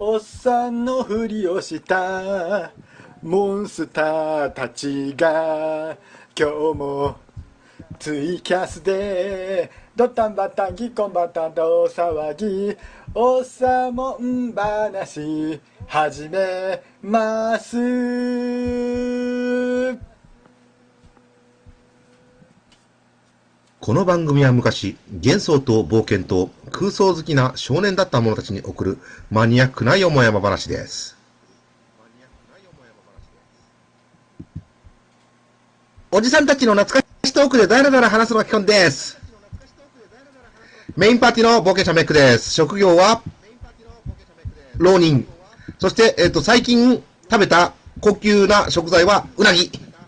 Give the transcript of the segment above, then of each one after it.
おっさんのふりをしたモンスターたちが今日もツイキャスでドタンバタンギコンバタンと騒ぎおさもん話始めます。 この番組は昔、幻想と冒険と空想好きな少年だった者たちに送るマニアックなよもやま話です。おじさんたちの懐かしトークでだらだら話すのが基本です。メインパーティーの冒険者メックです。職業は浪人。そして、最近食べた高級な食材はうなぎ。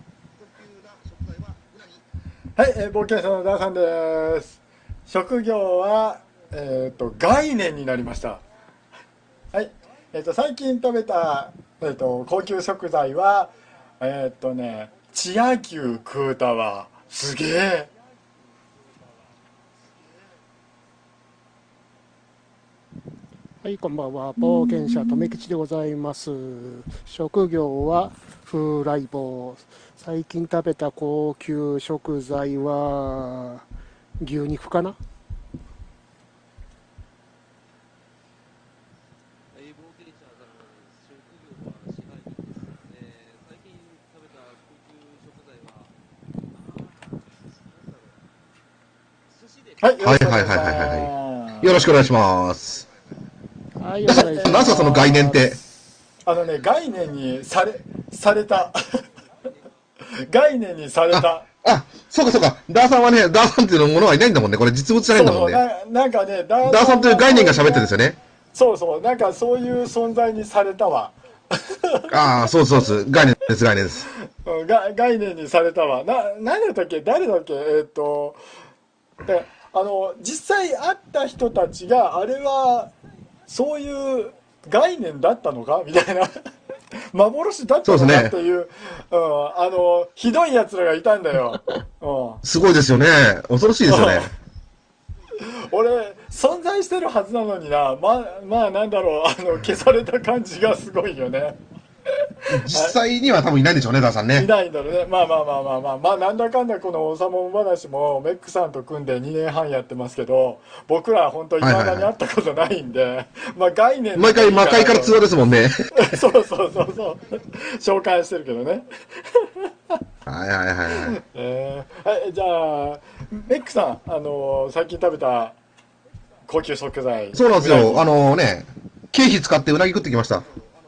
はい、冒険者のダーさんです。職業は、概念になりました。はい、最近食べた、高級食材は、千屋牛食うたわ。すげえ。 はい、こんばんは。冒険者とめきちでございます。職業はフーライボー。最近食べた高級食材は牛肉かな。 冒険者さん、職業は支配人です。最近食べた高級食材は、なんだろう、寿司です。 はい、よろはいしくお願いしはいはいはいはいはい。よろしくおま願いします。 はい、お願いします。 なんすかその概念って。 す。概念にされた。概念にされた。 そうかそうか。ダーさんはね、ダーさんっていうものはいないんだもんね。これ実物じゃないんだもんね。 なんかね、ダーダーさんというさんが概念が喋ってるんですよね。 そうそう、なんかそういう存在にされたわ。 そうそうそう。概念です、概念です。 概念にされたわ。何だったっけ誰だっけで、実際会った人たちが、あれは、そういう概念だったのかみたいな。幻だったのそうですね。 かっていう、ひどい奴らがいたんだよ。 すごいですよね。恐ろしいですよね。 俺、存在してるはずなのにな、まあなんだろう、消された感じがすごいよね。 実際には多分いないんでしょうね、ダーさんいね。 ないんだろうね。まあなんだかんだこのおさもん話もメックさんと組んで2年半やってますけど、僕らは本当未だに会ったことないんで、まあ概念でもいいか魔なと。 界から通話ですもんね。 そう。紹介してるけどね。 はいはいはいはい。 はい、じゃあ、メックさん、最近食べた高級食材、 そうなんですよ。 うなぎ。 経費使ってうなぎ食ってきました。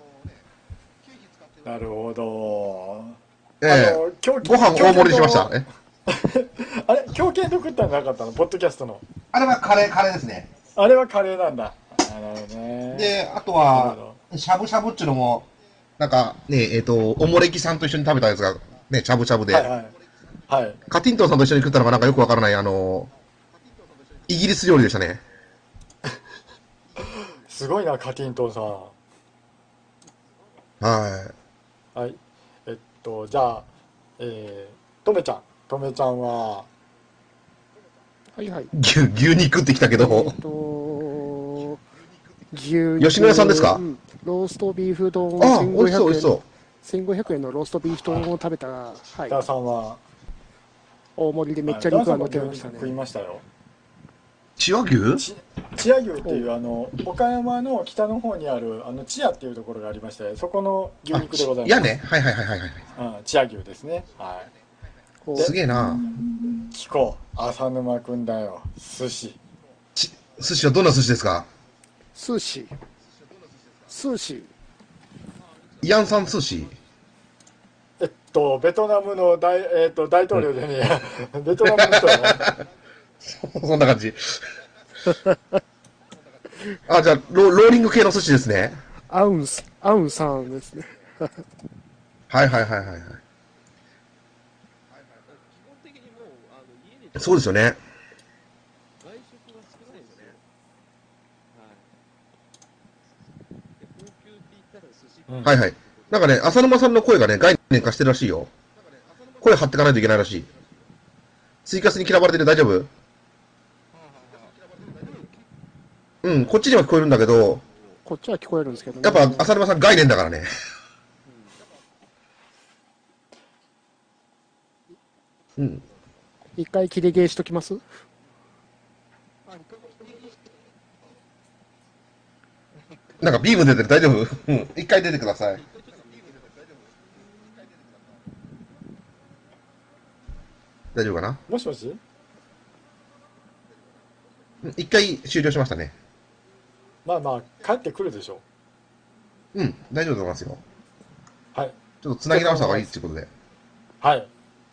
なるほど。 えご飯大盛りにしました。 あれ狂犬と食ったんじゃなかったのポッドキャストの。 あれはカレーですね。 あれはカレーなんだ。なるほどね。 で、あとは、 なるほど。 しゃぶしゃぶっていうのも、なんかね、おもれきさんと一緒に食べたやつが、ね、しゃぶしゃぶで、 はいはい。はい。 カティントンさんと一緒に食ったのがなんかよくわからない、イギリス料理でしたね。 すごいな、カティントンさん。 ははい。じゃあ、とめちゃん。とめちゃんは、 はいはい。 牛肉ってきたけど、 牛肉。 吉野家さんですか？ ローストビーフ丼美味しそう美味しそ 1500円のローストビーフ丼を食べたら、はい。 ダーさんは、 大盛りでめっちゃダー肉が乗っさんも牛肉てましたね。 食いましたよ。 う。千葉牛？ 千屋牛っていう岡山の北の方にある千屋っていうところがありまして、そこの牛肉でございます。 いやね。はいはいはいはいはい。 千屋牛ですね。はこすげえな。 い。聞こう。浅沼くんだよ。寿司。 寿司はどんな寿司ですか？ 寿司。 イアンサン寿司。 ベトナムの大統領でね、ベトナムの人だね。 そんな感じ。じゃあローリング系の寿司ですね。 アウンさんですね。 はいはいはいはいはい。 基本的にもう、家でそうですよね。 外食が少ないんですよ。はい。で、高級って言ったら寿司かなはいはい。なんかね、浅沼さんの声がね、概念化してるらしいよ。声張っていかないといけないらしい。ツイキャスに嫌われてる大丈夫？うん、こっちには聞こえるんだけど、 こっちは聞こえるんですけどね。 やっぱ、浅沼さん概念だからね。うん。 一回切りゲーしときます？ なんかビーム出てる、大丈夫？うん。一回出てください。大丈夫かな？ もしもし。 一回終了しましたね。 まあまあ帰ってくるでしょうん、大丈夫だと思いますよ。 う。はい。 ちょっと繋ぎ直した方がいいっていうことで。 はい。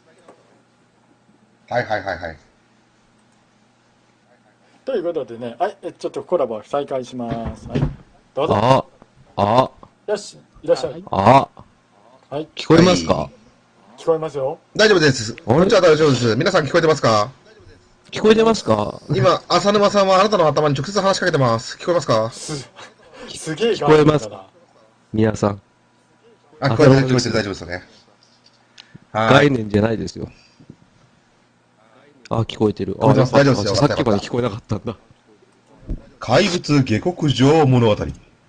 はいはいはいはい。 ということでね、はい、ちょっとコラボ再開します。はい。どうぞ。 あ、あ、 よし、いらっしゃい。 あ、 はい、 聞こえますか？ 聞こえますよ。 大丈夫です。 あれこっちは大丈夫です。皆さん聞こえてますか？ 聞こえてますか？ 今、浅沼さんはあなたの頭に直接話しかけてます。聞こえますか？ すげえ聞こえます概念だな。 皆さん。 あ、聞こえてる、聞こえてる、大丈夫ですよね。はい概。念じゃないですよ。あ、聞こえてる。あ、 聞こえてますよかった大丈夫ですよさっきまで聞こえなかったんだ。 怪物下克上物語。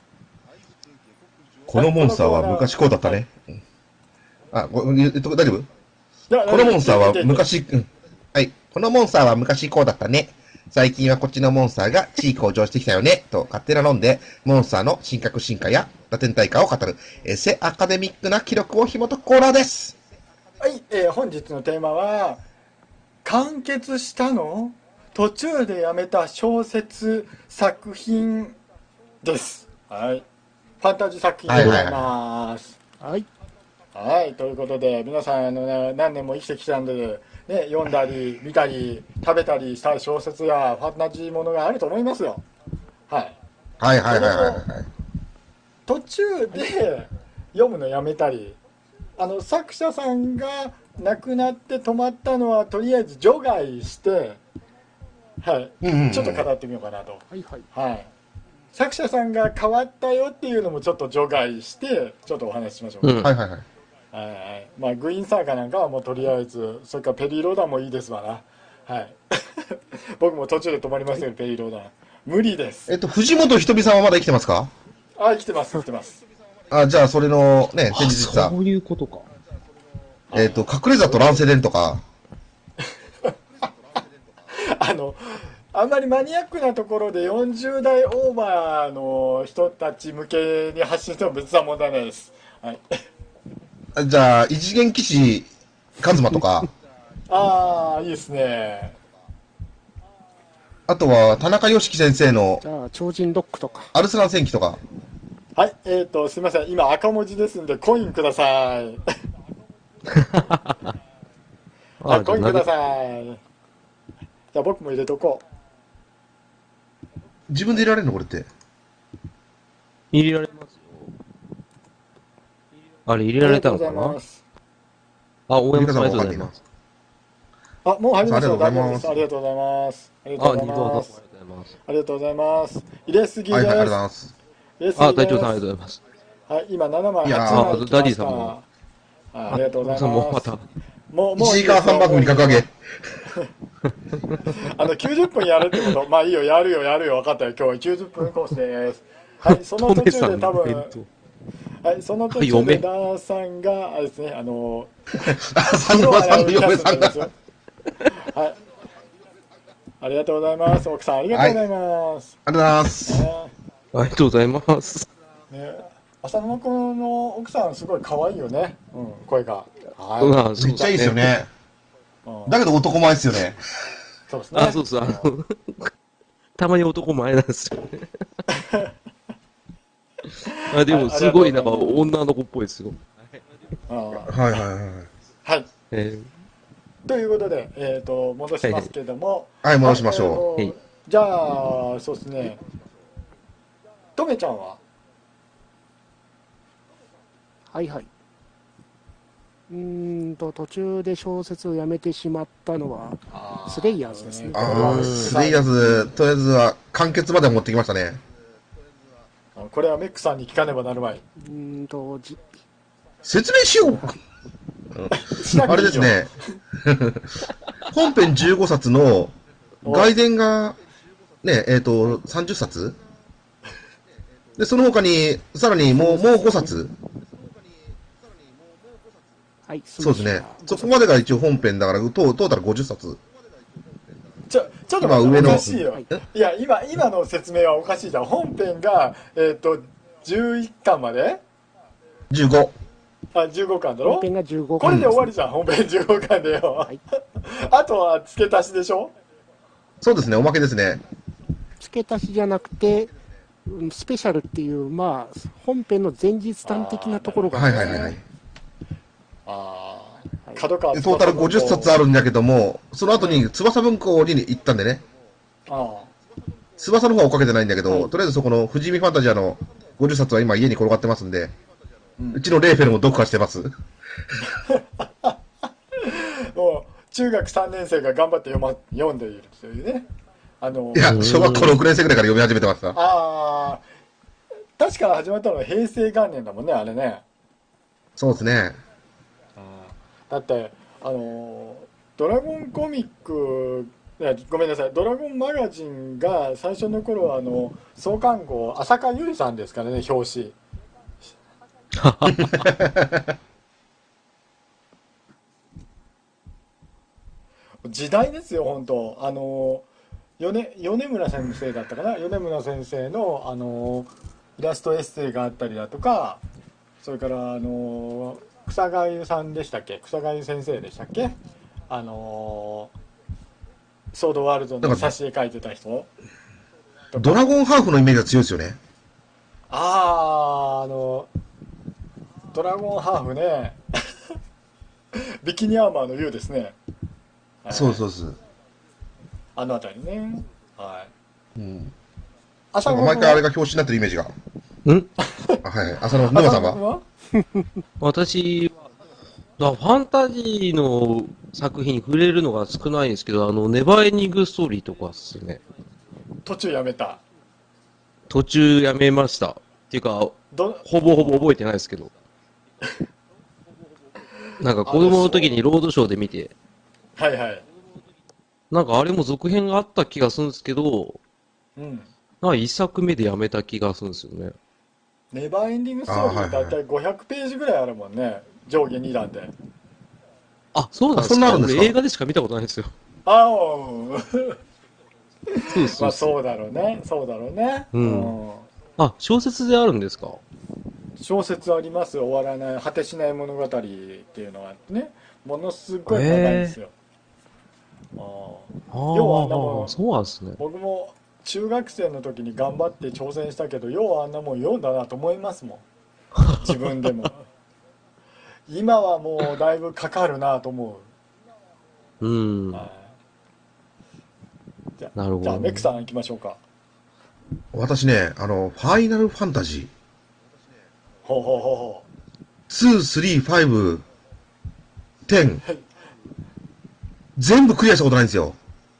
このモンスターは昔こうだったね。うんあ、言っとく、大丈夫？このモンスターは昔、うん。はい。このモンスターは昔こうだったね。最近はこっちのモンスターが地位向上してきたよね。と勝手な論で、モンスターの神格進化やラテン大化を語るエセアカデミックな記録を紐解くコーナーです。 はい、本日のテーマは、完結したの？途中でやめた小説作品です。はい。ファンタジー作品でございます。 はい。 はい、ということで、皆さん、ね、何年も生きてきたんで、ね、読んだり、見たり、食べたりした小説やファンタジーものがあると思いますよ。はい。 はいはいはいはいはい。 途中で読むのやめたり、作者さんが亡くなって止まったのは、とりあえず除外して、はい、 うんうんうんちょっと語ってみようかなと。 はいはい。 はい。作者さんが変わったよっていうのもちょっと除外して、ちょっとお話ししましょう。 うん。 はいはいはい。 はいはい、まあグイーンサーガなんかはもうとりあえず、それからペリーローダンもいいですわな。はい。僕も途中で止まりますよ、ペリーローダン。無理です。 藤本ひとみさんはまだ生きてますか？ あ、生きてます、生きてます。 あ、じゃあそれのね、先日言った、 そういうことか。 隠れ里乱世伝とか、 あんまりマニアックなところで40代オーバーの人たち向けに発信しても別な問題ないです。はい。 じゃあ、異次元騎士、カズマとか、 ああ、いいですね。 あとは、田中良樹先生のじゃあ、超人ロックとか。 アルスラン戦記とか、 はい、すいません。今赤文字ですんで、コインください。はい、コインください。じゃあ僕も入れとこう。 自分で入れられるのこれって。 入れられますよ。あれ入れられたのかありがとうございな？ ますあ、大山さんありがとうございます。 あ、もう入りました。 ありがとうございます大丈夫です。ありがとうございます。ありがあ、 とうござい二度とありがとうごます。 ざいます。 ありがとうございます。入れすぎです。 はいはい、ありがとうございます。 入れすぎです。 あ、隊長さんありがとうございます。 はい、今7枚、 いやー 8枚来ました。 ダディさんもありがとうございます。 さんもまた。 1 もういい時間半番組に格上げ。 90分やるってことまあいいよ、やるよ、分かったよ。今日は90分コースです。はい、その途中で多分、はい、その途中でダーさんが、あれですね、 浅沼さんの嫁さんが。 はい。ありがとうございます。奥さん、ありがとうございます。 ありがとうございます。 ねありがとうございます。 ね、浅沼君の奥さん、すごい可愛いよね。うん、声が。はい。 まあめっちゃいいですよね。 うんだけど男前ですよね。 そうですね。 あ、そうそう。たまに男前なんですよね。あ、でも、すごい、なんか、女の子っぽいですよ。 うんはいはいはい。 はい。 えということで、戻しますけども。 はい、戻しましょはいじゃあ、そうですね。とめちゃんははいはい。途中で小説をやめてしまったのは、スレイヤーズですね。 スレイヤーズ、とりあえずは完結まで持ってきましたね。 これはメックさんに聞かねばなるまい。 説明しよう。あれですね。本編15冊の外伝が、ね、30冊で、その他に、さらにもう5冊。 はい、 そうですね。そこまでが一応本編だから、トータル50冊。 ちょっと待って、 今上のおかしいよ。いや、今の説明はおかしいじゃん。本編が、11巻まで 15。 あ、15巻だろ本編が15巻。 これで終わりじゃん、本編15巻でよ。 はい、 あとは付け足しでしょ。 そうですね、おまけですね。 付け足しじゃなくて、スペシャルっていう、まあ、本編の前日談的なところが、 はいはいはいはい。 ああ、角川でトータル50冊あるんだけども、その後に翼文庫に行ったんでね。 あ翼の方は追っかけてないんだけど、 はいとりあえずそこの富士見ファンタジアの50冊は今家に転がってますんで、 うんうちのレーフェルも読破してます。 あ、もう中学3年生が頑張って読んでいるというね。 いや、小学校6年生ぐらいから読み始めてました。 ああ、確か始まったのは平成元年だもんね、あれね。 そうですね。 だってドラゴンコミック、いやごめんなさい、ドラゴンマガジンが最初の頃は創刊号浅香唯さんですからね、表紙。時代ですよ本当。米村先生だったかな、米村先生のイラストエッセイがあったりだとか、それから草賀由さんでしたっけ、草賀由先生でしたっけ、ソードワールドの挿絵描いてた人とか。 ドラゴンハーフのイメージが強いですよね。 ドラゴンハーフね。ビキニアーマーの U ですね。はい、 そうそうそう。 あのあたりね。はい。 うん。 朝なんか毎回あれが表紙になってるイメージが。はい。浅野沼さんは私は、ファンタジーの作品に触れるのが少ないんですけど、ネバーエンディングストーリーとかっすね。 途中やめた。 途中やめました。っていうか、ほぼほぼ覚えてないですけど。なんか子供の時にロードショーで見て、 はいはい。 なんかあれも続編があった気がするんですけど、 うん。 なんか一作目でやめた気がするんですよね。 ネバーエンディングストーリーだいたい500ページぐらいあるもんね。上下2段で。 あ、そうなんですか。 そんなあるんですか。 俺映画でしか見たことないんですよ。 ああ、 そうそうそう。 まあそうだろうね。そうだろうね。 うんあ、小説であるんですか。 小説あります。終わらない果てしない物語っていうのがあってね、ものすごい長いんですよ。要はあんなもん、 そうなんですね。 僕も中学生の時に頑張って挑戦したけど、ようあんなもん読んだなと思いますもん、自分でも。今はもうだいぶかかるなと思うん。 う。はい、 なるほど。 じゃあメックさん行きましょうか。 私ね、ファイナルファンタジー。 ほうほうほうほ 2、3、5、10。全部クリアしたことないんですよ。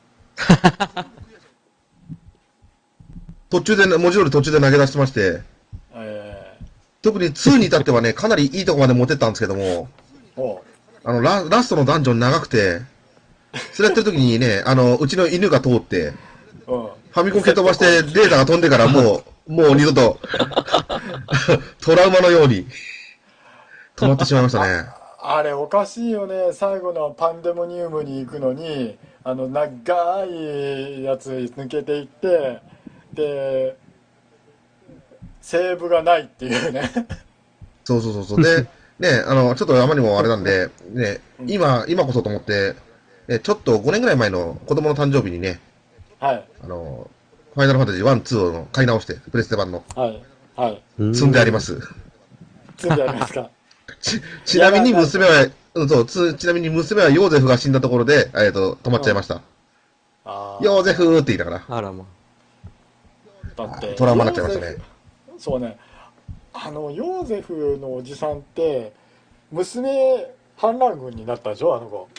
途中で、文字通り途中で投げ出してまして、特に2に至ってはね、かなりいいとこまで持ってったんですけども、ラストのダンジョン長くて、それやってる時にね、うちの犬が通って、ファミコン蹴飛ばしてデータが飛んでからもう二度と、トラウマのように、止まってしまいましたね。 あれおかしいよね。最後のパンデモニウムに行くのに長いやつ抜けていって、でセーブがないっていうね。 そうそうそうそう。で、ね、ちょっとあまりにもあれなんで、ね、今こそと思って、ね、ちょっと5年ぐらい前の子供の誕生日にね、 はい。 ファイナルファンタジー1、2を買い直して、プレステ版の。 はいはい。 積んであります。 積んでありますか。 ちなみに娘は、ちなみに娘はヨーゼフが死んだところで、止まっちゃいました。ヨーゼフって言いながら。 あらま。 だってトラウマになっちゃいましたね。 そうね。ヨーゼフのおじさんって娘反乱軍になったでしょ、あの子。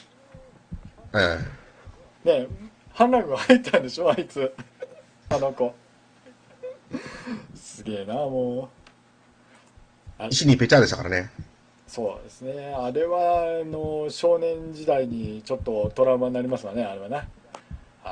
ね、反乱軍入ったんでしょ、あいつ。あの子。すげえな、もう。 石にペチャーでしたからね。 そうですね。あれは少年時代にちょっとトラウマになりますわね、あれはね。はい。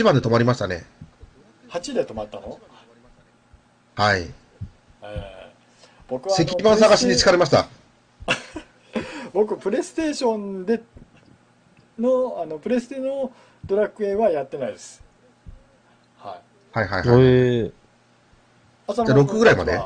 あとドラクエシリーズがね、8番で止まりましたね。 8で止まったの？ はい。 僕は石板探しに疲れました。 僕、プレイステーションでプレステのドラクエはやってないです。はい。 はいはいはい。じゃあ6ぐらいまで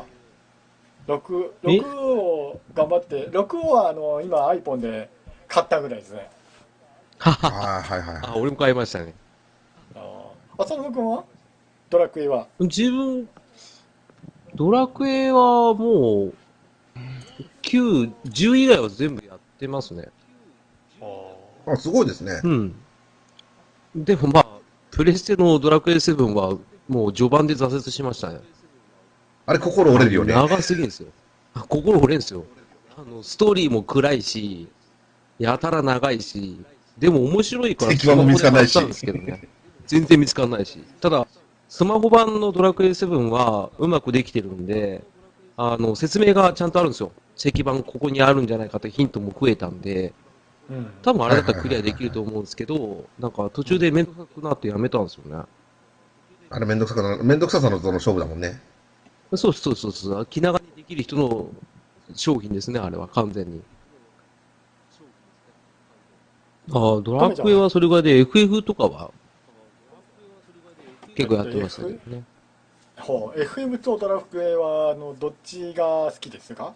6を頑張って、6を今 iPhone で買ったぐらいですね。 ああ、はいはい。 あ、俺も買いましたね。 浅野君はドラクエは自分、ドラクエはもう、9、10以外は全部やってますね。 あ、すごいですね。 うん。でもまあ、プレステのドラクエ7はもう序盤で挫折しましたね。 あれ心折れるよね。 長すぎんですよ。心折れんすよ。ストーリーも暗いし、やたら長いし、でも面白いから敵はも見つかんないし。 スマホで買ったんですけどね。全然見つかんないし。ただ、スマホ版のドラクエ7はうまくできてるんで、説明がちゃんとあるんですよ。石板ここにあるんじゃないかってヒントも増えたんで、多分あれだったらクリアできると思うんですけど、なんか途中でめんどくさくなってやめたんですよね。 あれめんどくささのとの勝負だもんね。 そうそうそうそう。気長にできる人の商品ですね、あれは完全に。ああ、ドラクエはそれぐらいで FF とかは結構やってましたけどね。 FM とドラクエはどっちが好きですか？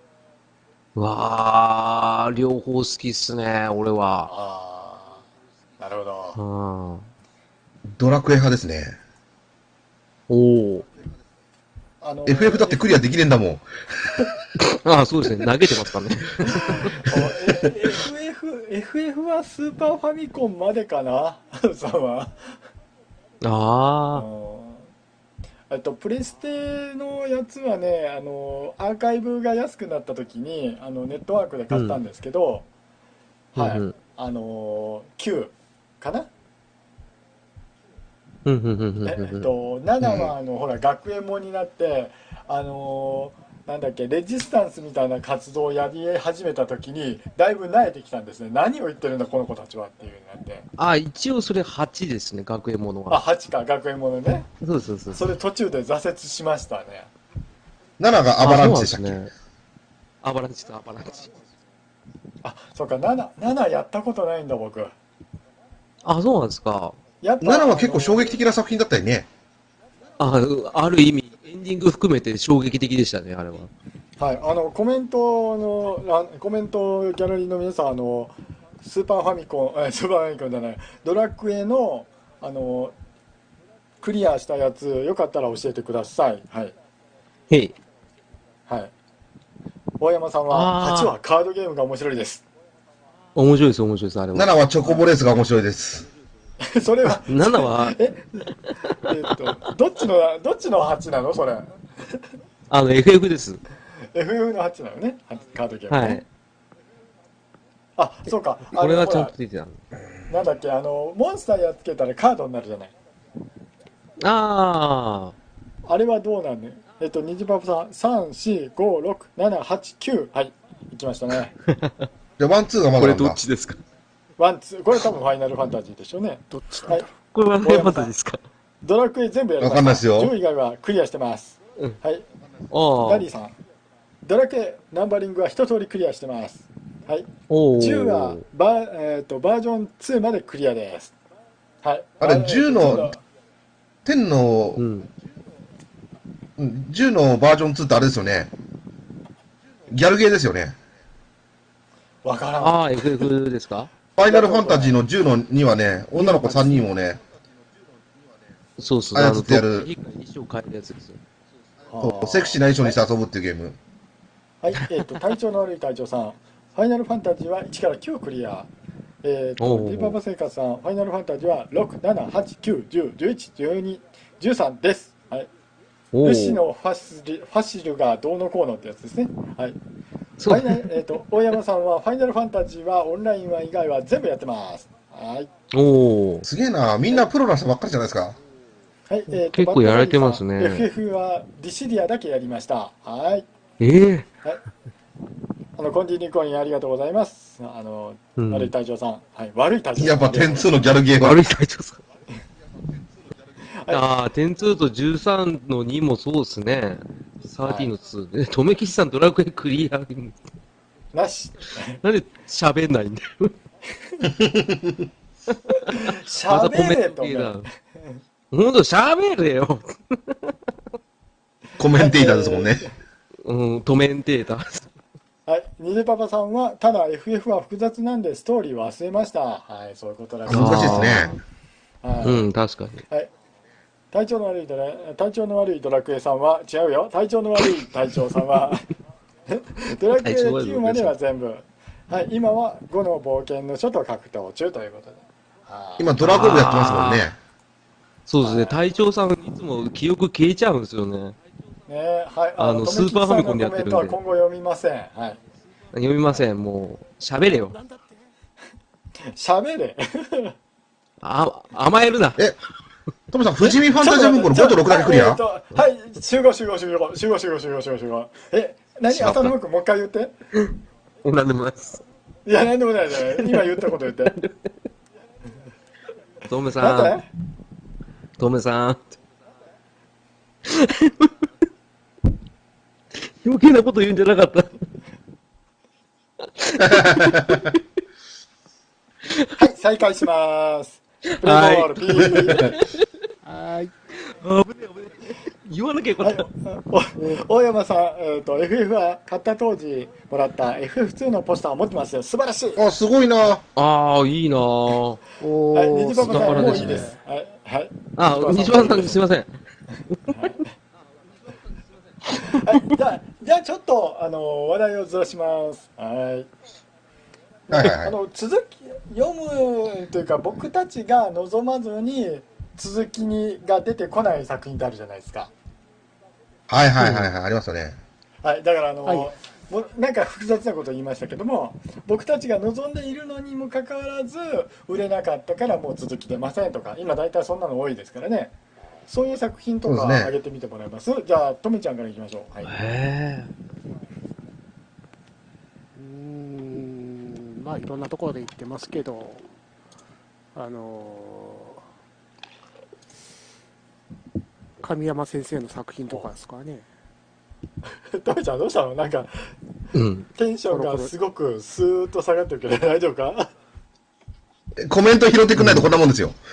わあ、両方好きっすね、俺は。 ああ、なるほど。 うん。 ドラクエ派ですね。 おお。 FF だってクリアできねえんだもん。 ああ、そうですね。投げてますからね。 FF はスーパーファミコンまでかなさんは。 あプレステのやつはね、アーカイブが安くなった時に、ネットワークで買ったんですけど、 あ。 はい。 うんうん。 9かな。 うんうんうんうんうん。 7はほら学園もになって、なんだっけ、レジスタンスみたいな活動をやり始めた時にだいぶ慣れてきたんですね。何を言ってるんだこの子たちはっていう風になって。 あ、一応それ8ですね、学園ものは。 8か、学園ものね。 そうそうそう。 それ途中で挫折しましたね。 7がアバランチでしたっけ？ ね。アバランチとアバランチ。 そうか、7やったことないんだ僕。 あ、そうなんですか。 やっぱ 7は結構衝撃的な作品だったよね。 ある意味、エンディング含めて衝撃的でしたね、あれは。 はい、コメントギャラリーの皆さん、スーパーファミコン、スーパーファミコンじゃない、ドラクエの、クリアしたやつ、よかったら教えてください。はい。 へい。 はい。大山さんは、8はカードゲームが面白いです。 面白いです、面白いです、あれは。 7はチョコボレースが面白いです。 それは、 7は、 どっちの8なのそれ。 FF です。 FF の8なのね、カードゲームね。 はい。 そうか。 これはちゃんと出てた。 なんだっけ、モンスターやっつけたらカードになるじゃない。 ああれはどうなんね。ニジパパさん、3、4、5、6、7、8、9。はい、行きましたね。 じゃあ、ワン、ツーがまだこれなんだ。 どっちですか？ ワン、ツー。これ多分ファイナルファンタジーでしょうね。 どっちなんだろう。 これはファンタジーですか？ ドラクエ全部やりました。 わかんないですよ 10以外はクリアしてます。はい。ダディさん。ドラクエナンバリングは一通りクリアしてます。はい。10はバージョン2までクリアです。はい。 あれ、10の、10の、10のバージョン2ってあれですよね。ギャルゲーですよね。 わからん。 FF ですか？ ファイナルファンタジーの10の2はね、女の子3人をね、 そうそう、 操ってやる。 衣装変えるやつですよ。 セクシーな衣装にして遊ぶっていうゲーム。 はい、体調の悪い隊長さん、ファイナルファンタジーは1から9クリア。ディーパパ生活さん、ファイナルファンタジーは6、7、8、9、10、11、12、13です。はい。武士のファシルがどうのこうのってやつですね。はい。大山さんはファイナルファンタジーはオンラインは以外は全部やってます。はい。 すげえな、みんなプロな人ばっかりじゃないですか。 はい、 結構やられてますね。 FF はディシリアだけやりました。はい。はい。コンティニューコインありがとうございます。悪い隊長さん。はい。悪い隊長さん。 やっぱ点2のギャルゲーは。 悪い隊長さん。 ああ、10-2と13の2もそうですね。13の2。ね、とめきちさんドラクエクリア。 なし。 なんで喋んないんだよ。またコ喋メれとね。 ンテーター。ほんと喋れよ。 コメンテーターですもんね。 うん、トメンテーター。 はい。ニジパパさんは、ただ FF は複雑なんでストーリー忘れました。はい、そういうことらしい。 難しいですね。 はい。 うん、確かに。 はい。体調の悪いドラクエさんは、違うよ。体調の悪い隊長さんは、ドラクエ9までは全部。はい。今は5の冒険の書と格闘中ということで。はい。 今、ドラゴンやってますもんね。 そうですね、隊長さんいつも記憶消えちゃうんですよね。 ね、はい。 スーパーファミコンでやってるんでコメントは今後読みません。はい。 読みません、もう。喋れよ。 喋れ。 甘えるな。 トムさん、富士見ファンタジア文庫の5と6だけクリアはい、集合。何しまった浅野君もう一回言って。 なんでもないです。 いや、なんでもない。今言ったこと言って。 トムなんさん。 でトムさん。余計なこと言うんじゃなかった。 はい、再開します。プレイボール、ピー。 はい。 危ねえ。言わなきゃよかった。 大山さん、FF は買った当時もらった FF2 のポスターを持ってますよ。素晴らしい。 あ、すごいな。 ああ、いいなぁ。 はい、 おー、 虹パパさん、 素晴らしいですねもういいです。はい、はい。 あ、西村さん、すいません。 はい、じゃあちょっと、話題をずらします。はい。 はいはいはい。 続き読むというか、僕たちが望まずに続きが出てこない作品ってあるじゃないですか。 はいはいはいはい、ありますよね。 はい、だからはいもうなんか複雑なことを言いましたけども、僕たちが望んでいるのにもかかわらず売れなかったからもう続き出ませんとか、今大体そんなの多いですからね。そういう作品とかそうですね挙げてみてもらいます。じゃあとめちゃんからいきましょう。はい。 へまあいろんなところで言ってますけど、神山先生の作品とかですかね。 とめちゃんどうしたの？なんかえ。うん。 テンションがすごくスーッと下がってるけど大丈夫か？ コメント拾ってくんないとこんなもんですよ。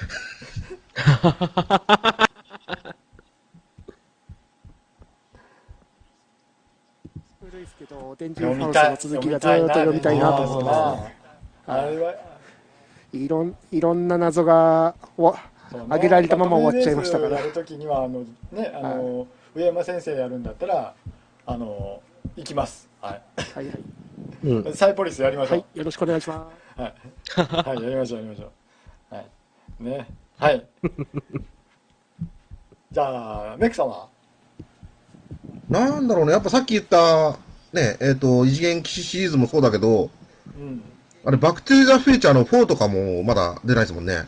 古いですけど、電磁ハウスの続きがずーっと読みたいなと思ってますね。 あれはいろんな謎がそうね挙げられたまま終わっちゃいましたからやるときには上山先生やるんだったら行きます。はい。 はいはい。 うん。 サイポリスやりましょう。 はい、よろしくお願いしまはい。はい、やりましょう。はい。ね。はい。じゃあメクさんは？ なんだろうね、やっぱさっき言った、ね、異次元騎士シリーズもそうだけど、 うん。 あれ、バックトゥーザフューチャーの4とかもまだ出ないですもんね。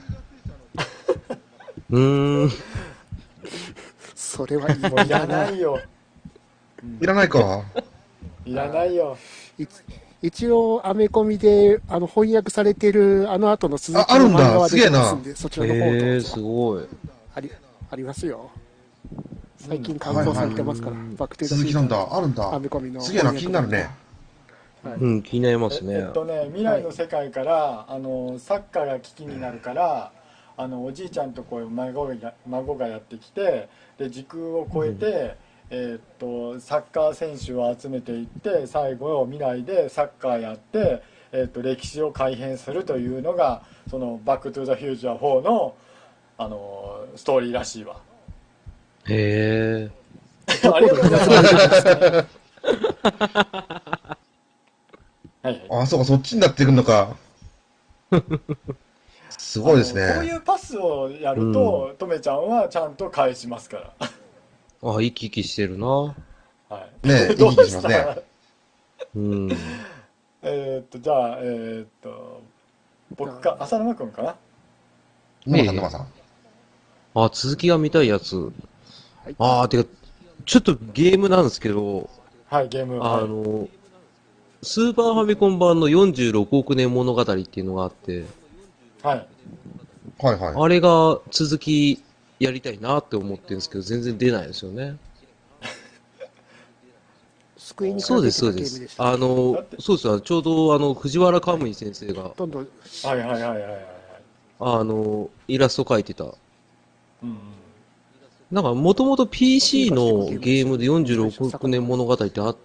それはいいもういらないよ。 いらないか。 いらないよ。 一応アメコミで翻訳されてる後の続きのあるんだ漫画は出てますすんで、そちらの方どうぞすごい。 ありますよ。最近刊行されてますから、バックトゥーザフューチャー続きなんだ、あるんだア。メコミのすげえな、気になるね。 うん、気になりますね。 未来の世界から、サッカーが危機になるからおじいちゃんとこう孫がやってきて、で時空を超えて、サッカー選手を集めていって、最後未来でサッカーやって、歴史を改変するというのがそのバックトゥザフューチャー4の、ストーリーらしいわ。 へえ。 ありがとうございます。はいはい。 あ、そうか、そっちになってくるのか。すごいですね。 こういうパスをやると、とめちゃんはちゃんと返しますから。 あ、生き生きしてるな。 はい。 ねえどう生き生きししますねた？ うん。 じゃあ、僕か、浅沼君かな。 沼さん。 あ、続きが見たいやつ。 はいあー、てか、ちょっとゲームなんですけど、 はい、ゲーム。はい、 スーパーファミコン版の46億年物語っていうのがあって、 はい。 はいはい。 あれが続きやりたいなって思ってるんですけど、全然出ないですよね。 救いにそうです、 かけてたそうです。 ゲームでしたっけ。 そうです。ちょうど、藤原カムイ先生が、 どんどん、 はいはいはいはいはい。 イラスト描いてた。 うんうん。 なんか、もともと PC の進化していくゲームゲームで46 最初年物語ってあって、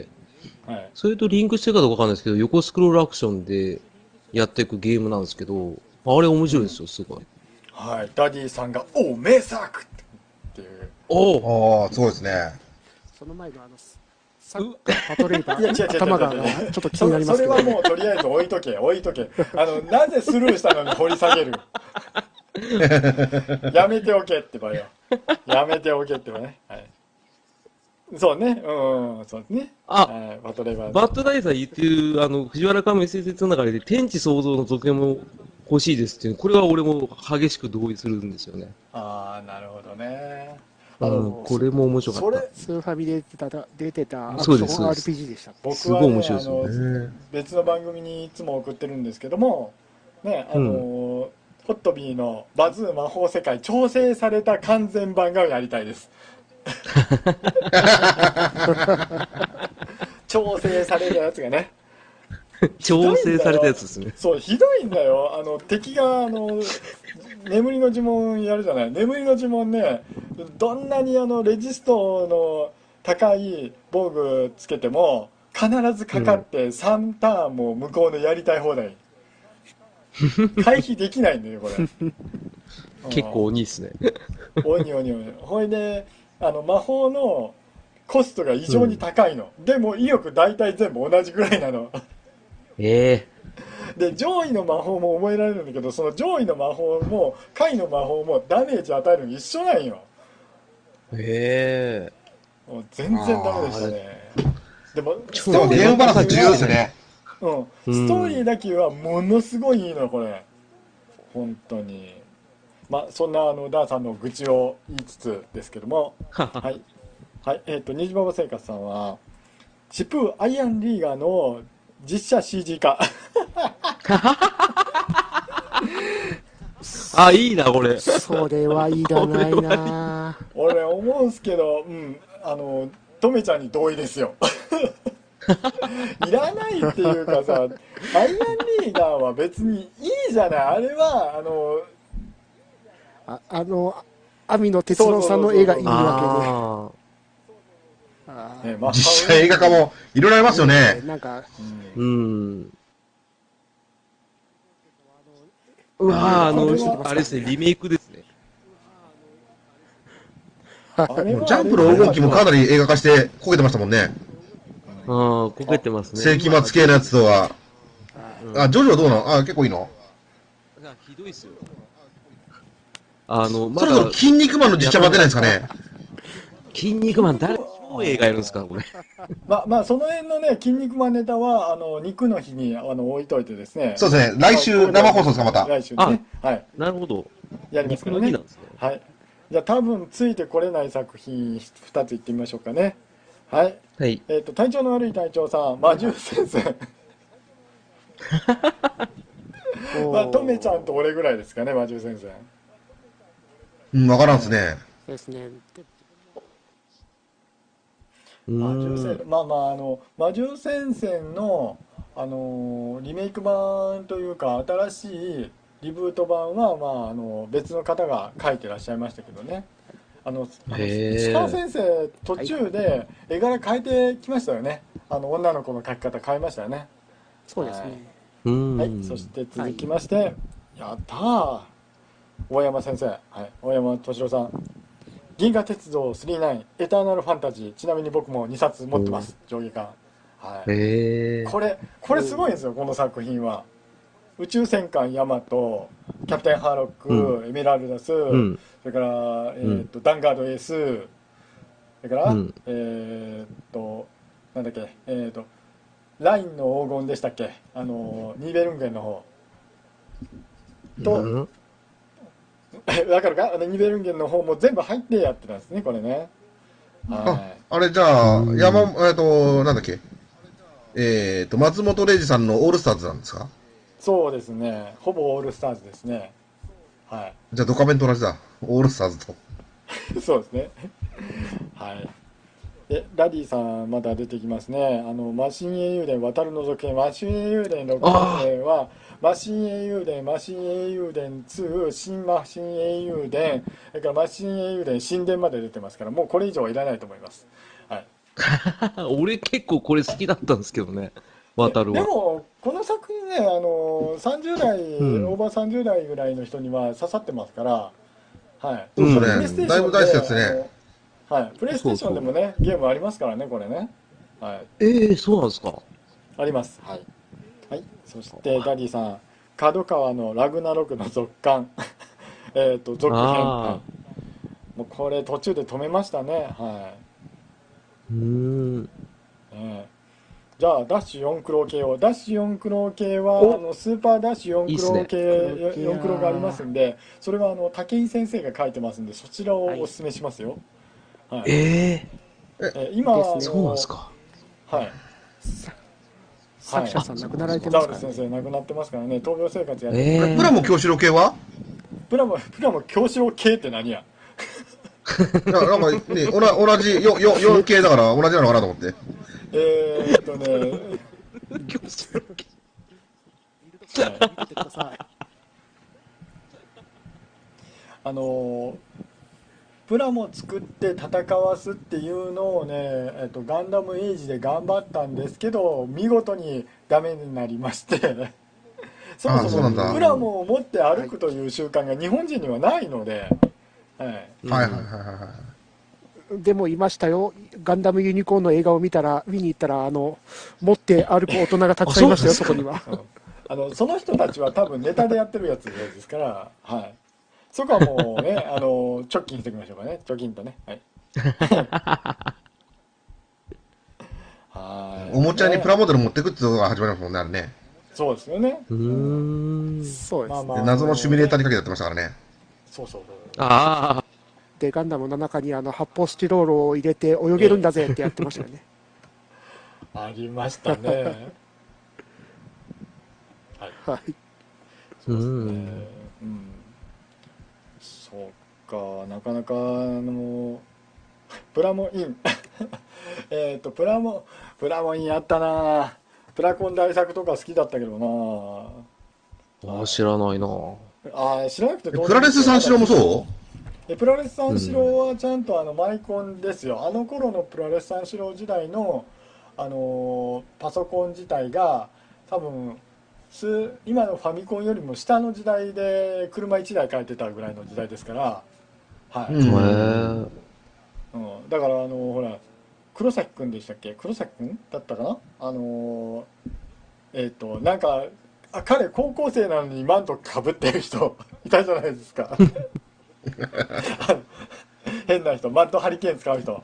はい。 それとリンクしてるかどうかわかんないですけど、横スクロールアクションでやっていくゲームなんですけど、あれ面白いですよ、すごい。 はい。ダディさんが、おう、名作っていう。 おおああ、そうですね。 その前のサッカーパトレイバいや、違う違う違ー、 う違う頭がちょっと気になりますけど。 それはもうとりあえず置いとけ、置いとけ。なぜスルーしたのに掘り下げる。やめておけってばよ。やめておけってばね。はい。そうね。うん、そうね。 あ、 はい、バトレーバー。 バッドダイさん言ってる、藤原カムイ先生つながりで、天地創造の続編も欲しいですっていう、これは俺も激しく同意するんですよね。 ああ、なるほどね。 これも面白かった。 そスーファミで出てたアクシそうですョン RPG でした。 すごい僕はね、 面白いですよね。 別の番組にいつも送ってるんですけども、ね、ホットビーのバズー魔法世界調整された完全版がやりたいです。調整されたやつがね。 調整されたやつですね。 そう、ひどいんだよ。敵が、眠りの呪文やるじゃない。眠りの呪文ね、どんなにレジストの高い防具つけても、必ずかかって3ターンも向こうのやりたい放題。回避できないんだよ、これ。 結構鬼ですね。 鬼。ほいで、魔法のコストが異常に高いの。でも威力大体全部同じぐらいなの。 えで上位の魔法も覚えられるんだけど、その上位の魔法も下位の魔法もダメージ与えるの一緒なんよ。 えもう全然ダメでしたね。でもでもゲームバランス重要ですよね。 うん、ストーリーだけはものすごいいいのこれ、本当に。まあそんなダーさんの愚痴を言いつつですけども、はいはい、虹パパ生活さんはシプーアイアンリーガーの実写 CG 化。 あ、いいな、これ。 それはいらないな。 俺思うんすけど、トメちゃんに同意ですよ。いらないっていうかさ、アイアンリーガーは別にいいじゃない。あれは網野哲郎さんの絵がいいわけで。 ね、まあ、 実写映画化もいろいろありますよね。 なんか、 うわあれですね、リメイクですね。 あれはジャンプの黄金期もかなり映画化してこけてましたもんね。 こけてますね。 世紀末系のやつとは。ジョジョどうなの？結構いいの？ ひどいっすよ。 そろそろ筋肉マンの実写版出ないんですかね？ 筋肉マン誰超映画やるんですか、これ。 まあその辺のね、筋肉マンネタは肉の日に置いといてですね。 そうですね。来週生放送ですか、また。 来週ね。はい。 なるほど。 やりますからね。 肉の日なんですね。 はい。じゃあ多分ついてこれない作品2ついってみましょうかね。はい。 はい。 体調の悪い隊長さん、魔獣戦線。まあトメちゃんと俺ぐらいですかね、魔獣戦線。 わからんですね。 ですね。 魔獣戦線の、リメイク版というか新しいリブート版は、別の方が書いてらっしゃいましたけどね。石川先生途中で絵柄変えてきましたよね。女の子の描き方変えましたよね。 そうですね。 はい、そして続きまして、やったー、大山先生、はい、大山敏郎さん、銀河鉄道999エターナルファンタジー、ちなみに僕も2冊持ってます、上下巻。はい、これすごいんですよ、この作品は。宇宙戦艦ヤマト、キャプテンハーロック、エメラルダス、それから、ダンガードエース、それから、なんだっけ、ラインの黄金でしたっけ、ニーベルンゲンの方と、わかるか、ニーベルンゲンの方も全部入ってやってたんですね、これね。 あれじゃあ、なんだっけ、松本零士さんのオールスターズなんですか？ そうですね、ほぼオールスターズですね。 はじゃあドカベンと同じだ。オールスターズと。 い。そうですね。はい。ラディさんまだ出てきますね。マシン英雄伝渡るの続編、マシン英雄伝6 あ編は、マシン英雄伝、マシン英雄伝2、新マシン英雄伝、それからマシン英雄伝神殿まで出てますから、もうこれ以上はいらないと思います。はい。 あ。俺結構これ好きだったんですけどね。渡るは。 でも、この作品ね、30代、オーバー30代ぐらいの人には刺さってますから、はい。 そううんですね。 プレイステーシだいぶ大好きョンで、 ですね。 はい、プレイステーションでもね、ゲームありますからね、これね。はい。 そうなんですか。 あります。はい。はい。そして、ダディさん、角川のラグナロクの続刊。続編。はああ。 い。もうこれ途中で止めましたね。はうーん。 い。じゃあ、ダッシュ4クロ系を。ダッシュ4クロ系は、 お、 スーパーダッシュ4クいいっすね。 ロ系、 黒系 4クロがありますんで、それは武井先生が書いてますんで、そちらをはいお勧めしますよ。はい。 え今、 ですねそうなんですか。 はい。 作者さん亡くなられてザウルますからね。 ス先生亡くなってますからね、闘病生活やってええプラモ京志郎系はプラモ京志郎系って何や。 いや、なんかね、同じ、4系だから同じなのかなと思って。 今日それはい、 見てください。 あのープラモ作って戦わすっていうのをね、ガンダムエイジで頑張ったんですけど、見事にダメになりましてそもああ、 そそうなんだ。 もプラモを持って歩くという習慣が日本人にはないので、はい、 はいはいはいはい。 でもいましたよ。ガンダムユニコーンの映画を見に行ったら、持って歩く大人がたくさんいましたよ、そこには。 その人たちは多分ネタでやってるやつですから、はい、そこはもうね、貯金しておきましょうかね、貯金とね。はいはいおもちゃにプね、 ラモデル持ってくってところが始まりますもんね、あれね。 そうですよね。 うーん。 そうですね。 で謎のシミュレーターにかけてやってましたからね。 そうそうそう。 ああ。 で、ガンダムの中に発泡スチロールを入れて泳げるんだぜってやってましたよね。 ありましたね。はい。 はい。 そうですね。 うんうん。そうか、なかなかプラモインプラモインやったな。プラコン大作とか好きだったけどな。 ああ、知らないな。 知らなくて当然プラレス三四郎もそうプラレス三四郎はちゃんとマイコンですよ。あの頃のプラレス三四郎時代の、パソコン自体が多分今のファミコンよりも下の時代で車1台変えてたぐらいの時代ですから、はい。 うんへうん、だからほら黒崎くんでしたっけ、黒崎くんだったかな、なんか彼高校生なのにマントかぶってる人いたじゃないですか変な人、マントハリケーン使う人、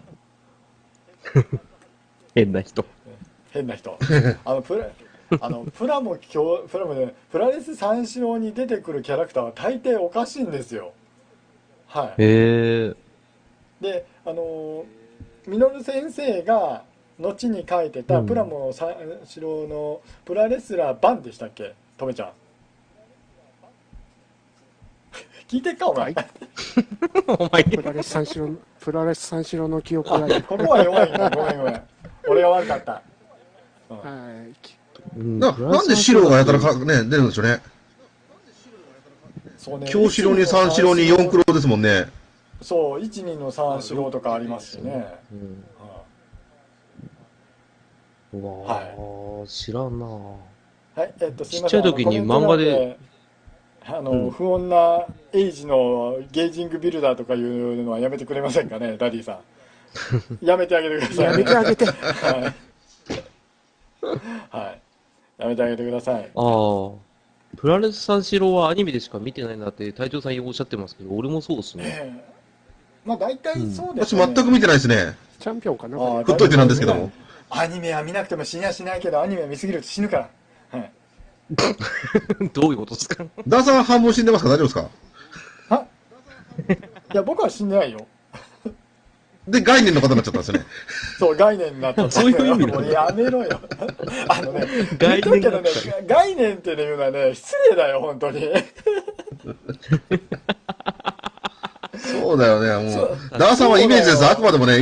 変な人。 変な人プラモでプラレス三四郎に出てくるキャラクターは大抵おかしいんですよ。はい。 へえ。 でミノル先生が後に書いてたプラモ三四郎のプラレスラーバンでしたっけ、とめちゃん聞いてっかお前、 はいお前、 プラレス三四郎の記憶がない。 ここは弱いんだ、ごめん俺が悪かった。 はい。 なんで白がやたらね、出るんでしょうね。 そうね、 京四郎に三四郎に四クロですもんね。 そう、12の三四郎とかありますしね。 うわあ、知らんな。 はい、すいません。 ちっちゃい時に漫画で不穏なエイジのゲージングビルダーとかいうのはやめてくれませんかね、ダディさん。やめてあげてください、 やめてあげて。 はい。はい。やめてあげてください。 ああ。プラレス三四郎はアニメでしか見てないなって隊長さんおっしゃってますけど、俺もそうですね。 まあ大体そうですね。 私全く見てないですね。 チャンピオンかな。 振っといてなんですけども。 アニメは見なくても死にはしないけど、アニメは見すぎると死ぬから。はい。 どういうことですか？ ダーさん半分死んでますか大丈夫ですかいや、僕は死んでないよ。 で、概念の方になっちゃったんですね。 そう、概念になった。 そういう意味なのもうやめろよ。 概念言っとくけどね、概念っていうのはね、失礼だよ、本当に。 そうだよね、もう。 そうダーさんはイメージです。あくまでもね、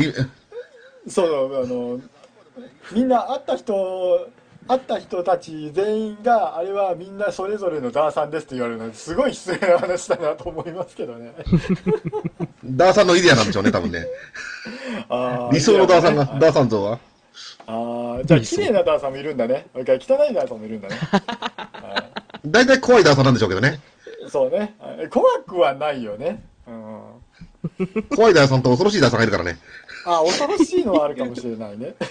そうみんな会った人たち全員があれはみんなそれぞれのダーさんですって言われるのですごい失礼な話だなと思いますけどね。 ダーさんのイデアなんでしょうね、多分ね。理想のダーさんが、ダーさん像は。 じゃあ綺麗なダーさんもいるんだね。それから汚いダーさんもいるんだね。 大体怖いダーさんなんでしょうけどね。 そうね。怖くはないよね。 怖いダーさんと恐ろしいダーさんがいるからね。 恐ろしいのはあるかもしれないね。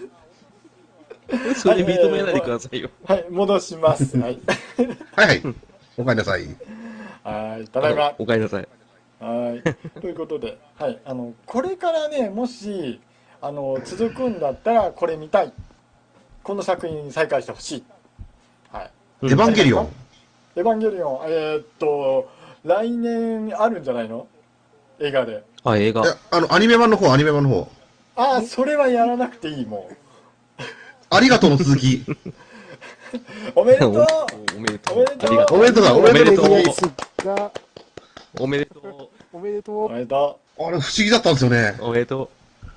それ認めないでくださいよ。 はい、戻します。はい。 はいはい。おかえりなさい。 はい、ただいま。 おかえりなさい。 はい。ということで、はい。これからね、もし、続くんだったら、これ見たい。この作品再開してほしい。はい。 エヴァンゲリオン。 エヴァンゲリオン、来年あるんじゃないの？映画で。 映画。 アニメ版の方、アニメ版の方。 それはやらなくていい、もう。 ありがとうの続き。 おめでとう。 おめでとう。 おめでとうありがとう。 おめでとうだ、おめでとう。 おめでとう。 おめでとう。 おめでとあれ不思議だったんですよね。 おめでとう。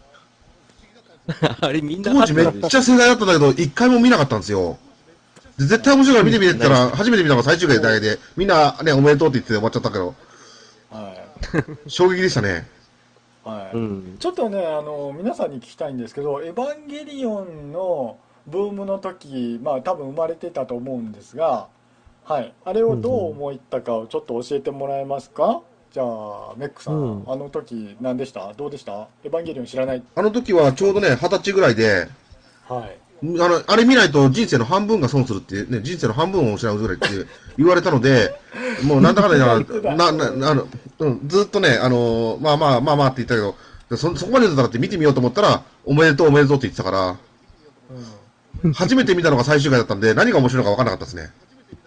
あれみんな当時めっちゃ世代だったんだけど、一回も見なかったんですよ。で絶対面白いから見てみてって言ったら、初めて見たのが最終回だけで、みんなね、おめでとうって言って終わっちゃったけど、 う。はい。 衝撃でしたね。 はい。 うん。 ちょっとね、皆さんに聞きたいんですけど、エヴァンゲリオンのブームの時、まあ多分生まれてたと思うんですが、はい。あれをどう思ったかをちょっと教えてもらえますか？じゃあ、メックさん、 うんあの時何でした？どうでした？エヴァンゲリオン知らない？ あの時はちょうどね、20歳ぐらいで、 はい。 あれ見ないと人生の半分が損するってね、人生の半分を失うぐらいって言われたので、もうなんだかんだずっとね、まあまあまあまあって言ったけど、そこまでだったらって見てみようと思ったら、おめでとうおめでとうって言ってたから、初めて見たのが最終回だったんで、何が面白いのか分からなかったですね。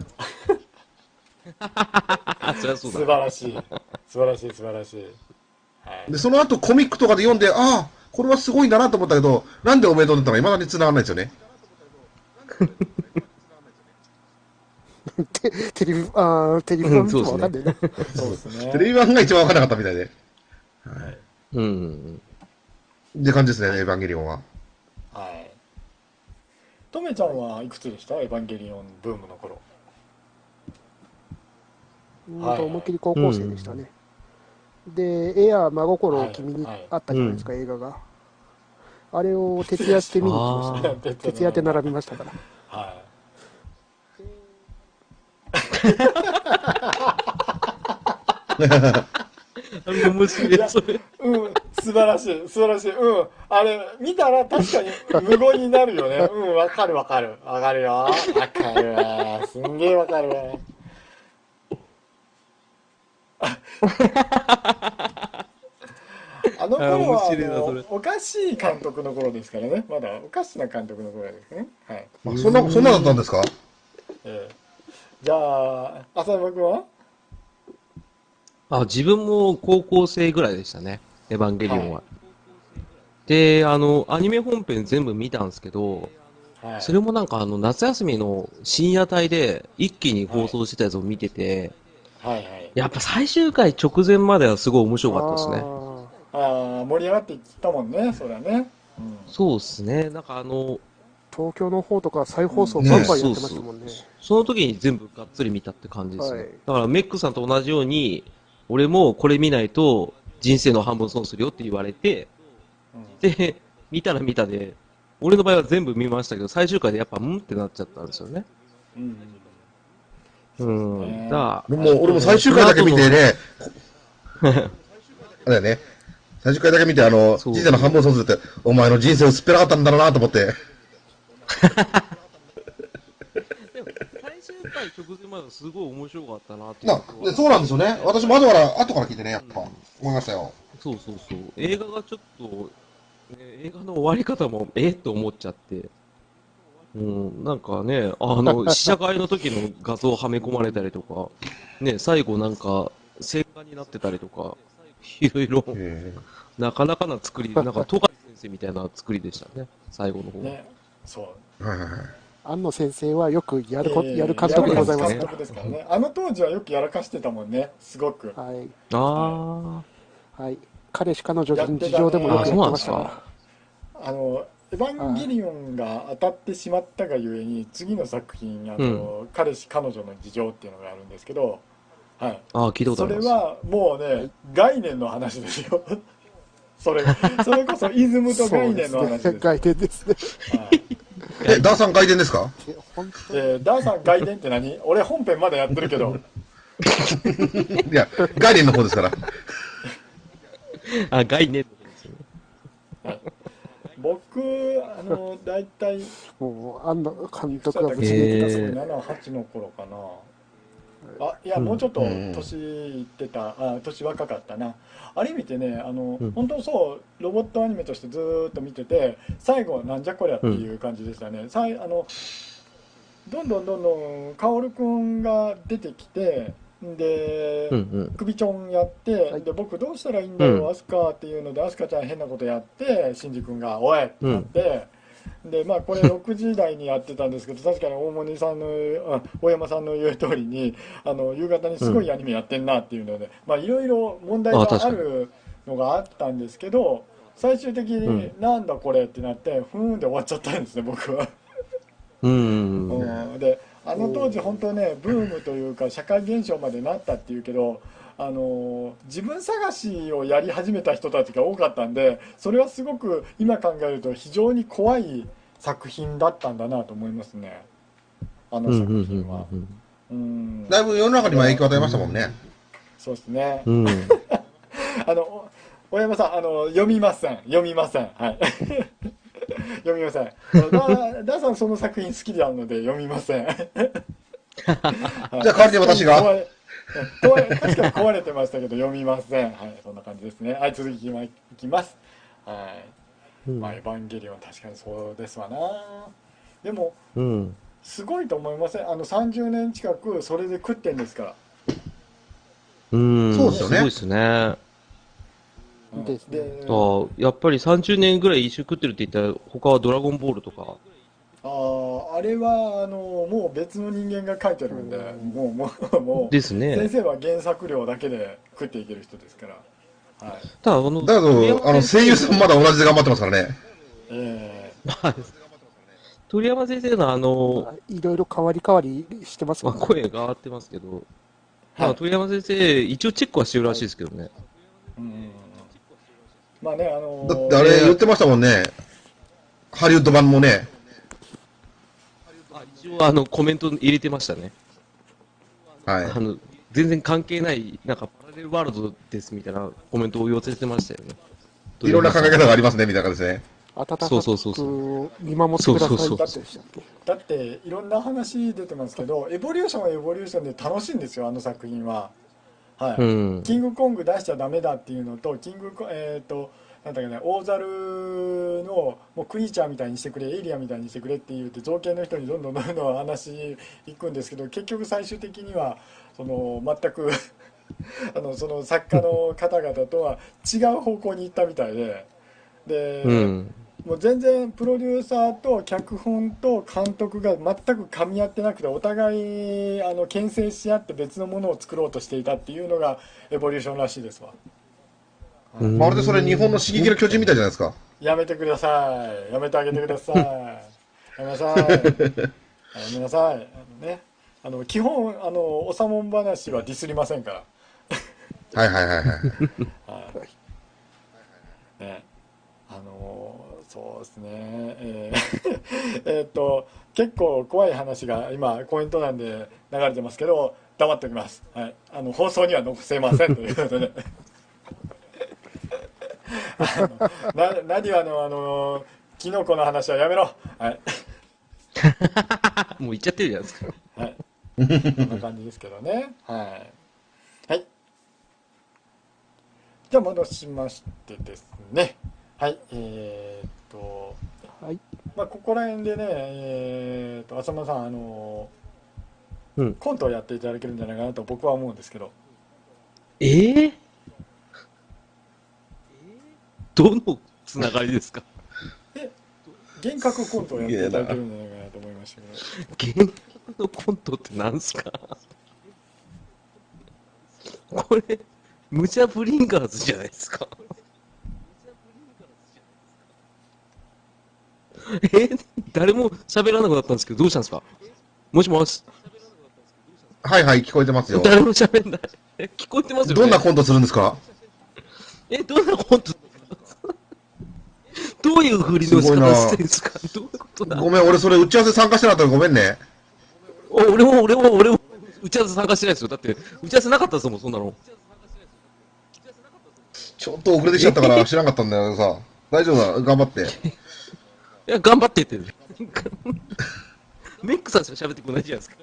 そりゃそうだ。 素晴らしい。素晴らしい、素晴らしい。はい。 で、その後コミックとかで読んで、これはすごいんだなと思ったけど、なんでおめでとうだったのか未だに繋がらないですよね。 テレビ版見てもわかんないな。 そうですね。 テレビ版が一番分からなかったみたいで。 うん。 って感じですね、エヴァンゲリオンは。 はい。とめちゃんはいくつでした？エヴァンゲリオンブームの頃。 思いっきり高校生でしたね。で、エアー真心を君にあったじゃないですか、映画が。あれを徹夜して見に行きましたね。徹夜って並びましたから。 はい。 面白い、それ。 素晴らしい、素晴らしい。あれ、見たら確かに無言になるよね。わかるわかる。わかるよ。わかるわ。すんげえわかるわ。あの頃はおかしい監督の頃ですからね。まだおかしな監督の頃ですね。はい。 そんなだったんですか？ じゃあ、浅山君は？ 自分も高校生ぐらいでしたね。エヴァンゲリオンは。で、アニメ本編全部見たんですけど、それもなんか夏休みの深夜帯で一気に放送してたやつを見てて、やっぱ最終回直前まではすごい面白かったですね。 盛り上がっていったもんね、そりゃね。 そうですね。なんか東京の方とか再放送バンバンやってましたもんね。 その時に全部がっつり見たって感じですね。だからメックさんと同じように、俺もこれ見ないと人生の半分損するよって言われて、で、見たら見たで、俺の場合は全部見ましたけど、最終回でやっぱ、ってなっちゃったんですよね。 俺も最終回だけ見てね、あれだよね、最終回だけ見て、人生の半分損するって、お前の人生をすっぺらかったんだろうなと思って。 でも最終回直前まですごい面白かったなっていう。 そうなんですよね。私も後から聞いてね、やっぱ、思いましたよ。 そう。映画がちょっと、映画の終わり方も、と思っちゃって。なんかね、試写会の時の画像はめ込まれたりとか、ね、最後なんか、線画になってたりとか、いろいろ、なかなかな作り、なんか、富樫先生みたいな作りでしたね、最後の方。 ね、そう。 庵野先生はよくやるや監督でございます監督ですからね。あの当時はよくやらかしてたもんね、すごく。 はい。 あはい。彼氏彼女やってたね事情でもよくやってましたあかエヴァンゲリオンが当たってしまったがゆえに、次の作品、彼氏彼女の事情っていうのがあるんですけど、はい。 あ、聞いたことそれあります。 はもうね、概念の話ですよ。それこそイズムら。 と概そうですね。 念の話です。 外伝ですね。 はいダーさん外伝ですか？ 本当ダーさん外伝って何？俺本編まだやってるけど。 いや、概念の方ですから。 あ、概念ですよね。 僕、大体、 もう庵野監督はぶそうだっけち抜いてますへね。 7、8の頃かな。いや、もうちょっとうん年いってた、年若かったな。あれ見てね、 ん本当そう、ロボットアニメとしてずーっと見てて、最後はなんじゃこりゃっていう感じでしたね。どんどん、カオルくんが出てきて、で、 うん首ちょんやって、 はいで、僕どうしたらいいんだろう、アスカっていうので、アスカちゃん変なことやって、シンジ君が、おいってなって、で、まあこれ6時台にやってたんですけど、確かに大山さんの言う通りに、夕方にすごいアニメやってんなっていうので、まあいろいろ問題があるのがあったんですけど、最終的になんだこれってなって、ふーんで終わっちゃったんですね、僕は。で、あの当時本当ね、ブームというか社会現象までなったっていうけど、自分探しをやり始めた人たちが多かったんで、それはすごく今考えると非常に怖い作品だったんだなと思いますね、あの作品は。 だいぶ世の中にも影響を与えましたもんね。 そうですね。 うん。 大山さん、読みません。はい。読みません。ダーさんその作品好きなので読みません。はい、 じゃあ代わりに私が。 確かに壊れてましたけど読みません。はい、そんな感じですね。はい、続きいきます。はい。まあ、エヴァンゲリオン確かにそうですわな。でも、すごいと思いません？30年近くそれで食ってんですから。 そうですよね。 すごいですね。 ですね。 やっぱり30年ぐらい一緒食ってるって言ったら、他はドラゴンボールとか。 あれはもう別の人間が書いてるんで、もうですね。 先生は原作料だけで食っていける人ですから。はい。 ただ、 だけど、声優さんまだ同じで頑張ってますからね。 鳥山先生のいろいろ変わりしてますもんね。 声が上がってますけど、鳥山先生、一応チェックはしてるらしいですけどね。 まあね、 だってあれ言ってましたもんね。ハリウッド版もね。 一応コメント入れてましたね。 はい。 全然関係ない、なんかパラレルワールドですみたいなコメントを寄せてましたよね。 いろんな考え方がありますね、みたいな感じですね。 温かく見守ってくださいってしたっけ。 だっていろんな話出てますけど、エボリューションはエボリューションで楽しいんですよ、あの作品は。はい。キングコング出しちゃダメだっていうのと、なんだっけね、大猿のもうクリーチャーみたいにしてくれ、エイリアンみたいにしてくれって言って造形の人にどんどん話いくんですけど、結局最終的には全くその作家の方々とは違う方向に行ったみたいで、もう全然プロデューサーと脚本と監督が全く噛み合ってなくて、お互い牽制し合って別のものを作ろうとしていたっていうのがエボリューションらしいですわ。 まるでそれ日本の進撃の巨人みたいじゃないですか。 やめてください。やめてあげてください。やめなさい。やめなさい。ね。基本、おさもん話はディスりませんから。 はい。 はい。ね。そうですね。結構怖い話が今コメント欄で流れてますけど、黙っておきます。はい。放送には載せませんということで。ナディアのキノコの話はやめろ。はい。 もう言っちゃってるじゃないですか。 はい。こんな感じですけどね。はい。はい。じゃあ戻しましてですね。はい。 はい。 まあここら辺でね、浅間さんコントをやっていただけるんじゃないかなと僕は思うんですけど。 どのつながりですか？ 幻覚コントをやっていただけるんじゃないかなと思いまししたけど。 原曲のコントってなんすか？これ、ムチャブリンガーズじゃないですか。誰も喋らなくなったんですけど、どうしたんですか？もしもし。 はいはい、聞こえてますよ。 誰も喋んない。聞こえてますよね。 どんなコントするんですか？ どんなコントどういう振りの仕方してるんですか？どういうことだ？ ごめん、俺それ打ち合わせ参加してなかったらごめんね。 俺も、打ち合わせ参加してないですよ。だって、打ち合わせなかったですもん、そんなの。 ちょっと遅れてきちゃったから知らなかったんだよさ。大丈夫だ、頑張って。 いや、頑張ってって。メックさんしか喋ってこないじゃないですか。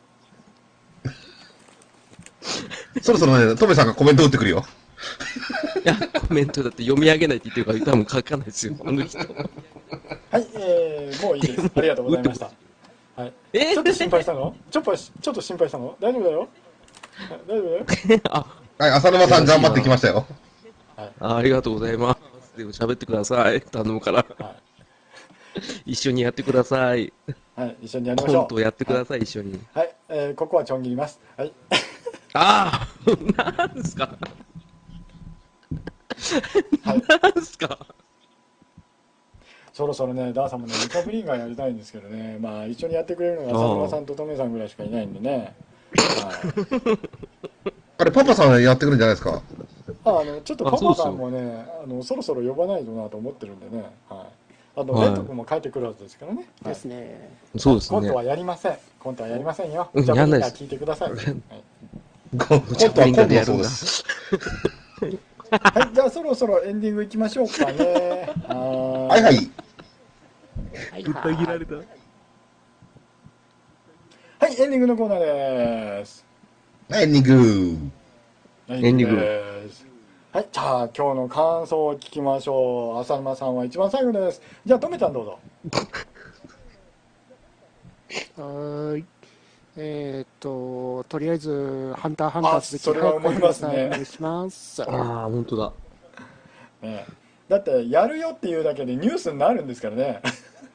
そろそろね、トメさんがコメント打ってくるよ。 いや、コメントだって読み上げないって言ってるから、多分書かないですよ、あの人。 はい、もういいです。ありがとうございました。はい。ちょっと心配したの？ちょっと心配したの？大丈夫だよ。はい大丈夫だよ。 あ、 はい、浅沼さん頑張ってきましたよ。 ありがとうございます。でも喋ってください。頼むから。 は一緒にやってください。 い、はい、一緒にやりましょう。 コントやってください、一緒に。 はい、ここはちょん切ります。はい。 ああなんすかはいなんすかそろそろね、ダーさんもね、ムチャブリンガーやりたいんですけどね、まあ、一緒にやってくれるのが浅沼さんとトメさんぐらいしかいないんでね。はい、 あれ、パパさんやってくるんじゃないですか？ ちょっとパパさんもね、そろそろ呼ばないとなと思ってるんでね。はい。 はいレント君も帰ってくるはずですからね。はいですね。 そうですねコント。はやりません。コントはやりませんよ。 うんムチャブリンガやんないですー聞いてください。はい。 コントはコントだそうです。 はい、じゃあそろそろエンディングいきましょうかね。 はいはい。 はい歌切られた。 はい、エンディングのコーナーです。 はい、エンディング。 エンディングです。はい、じゃあ今日の感想を聞きましょう。浅沼さんは一番最後です。じゃあトメちゃんどうぞ。 はーい。とりあえず、ハンターハンター続きそれは思いますねお願いします。 ああ、本当だ。 ね、だってやるよっていうだけでニュースになるんですからね。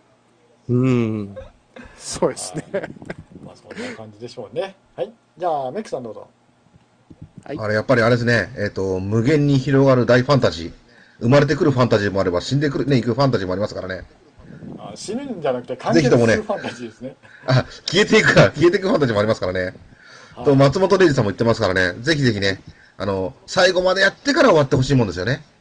そうですね。 まあそんな感じでしょうね。はい、じゃあメックさんどうぞ。 はい。 あれ、やっぱりあれですね、無限に広がる大ファンタジー。生まれてくるファンタジーもあれば、死んでくる、ね、行くファンタジーもありますからね。 死ぬんじゃなくて完結ぜひともねするファンタジーですね。 消えていくファンタジーもありますからね。 はいと、松本零士さんも言ってますからね、ぜひぜひね、最後までやってから終わってほしいもんですよね。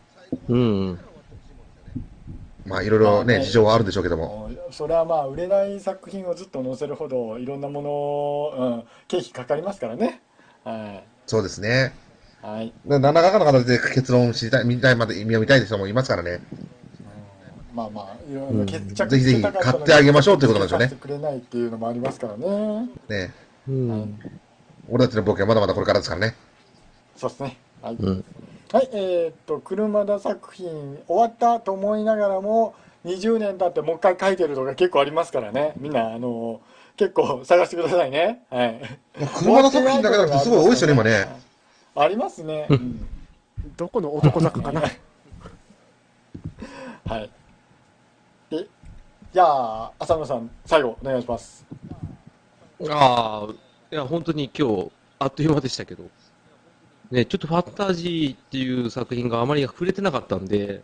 まあ、いろいろね、 まあね事情はあるんでしょうけども。 それはまあ売れない作品をずっと載せるほどいろんなもの、経費かかりますからね。はそうですね。 い。はい。 何らかの形で結論知りたい、見たいまで、読みたい人もいますからね。 まあまあいろいろ決着ぜひぜひ買ってあげましょうということなんでしょうね買ってくれないっていうのもありますからね。 ね。 うん。 俺たちの冒険はまだまだこれからですからね。 そうですね。はい。 うん。 はい、車田作品終わったと思いながらも20年経ってもう一回書いてるとか結構ありますからね。みんな結構探してくださいね。はい。 車田作品だけじゃなくてすごい多いですよね、今ね。 ありますね。うんどこの男坂かな。 はい。で、じゃあ浅野さん最後お願いします。 ああ、いや、本当に今日、あっという間でしたけど。ね、ちょっとファンタジーっていう作品があまり触れてなかったんで、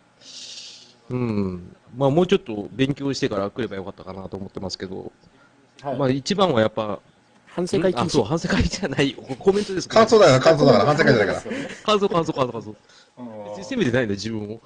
まあもうちょっと勉強してから来ればよかったかなと思ってますけど、 はい。 まあ一番はやっぱ、 反省会禁そう、 止。 反省会じゃないよ。コメントです感想だから、感想だから、反省会じゃないから。 感想。 うん責めてないんだ、自分を。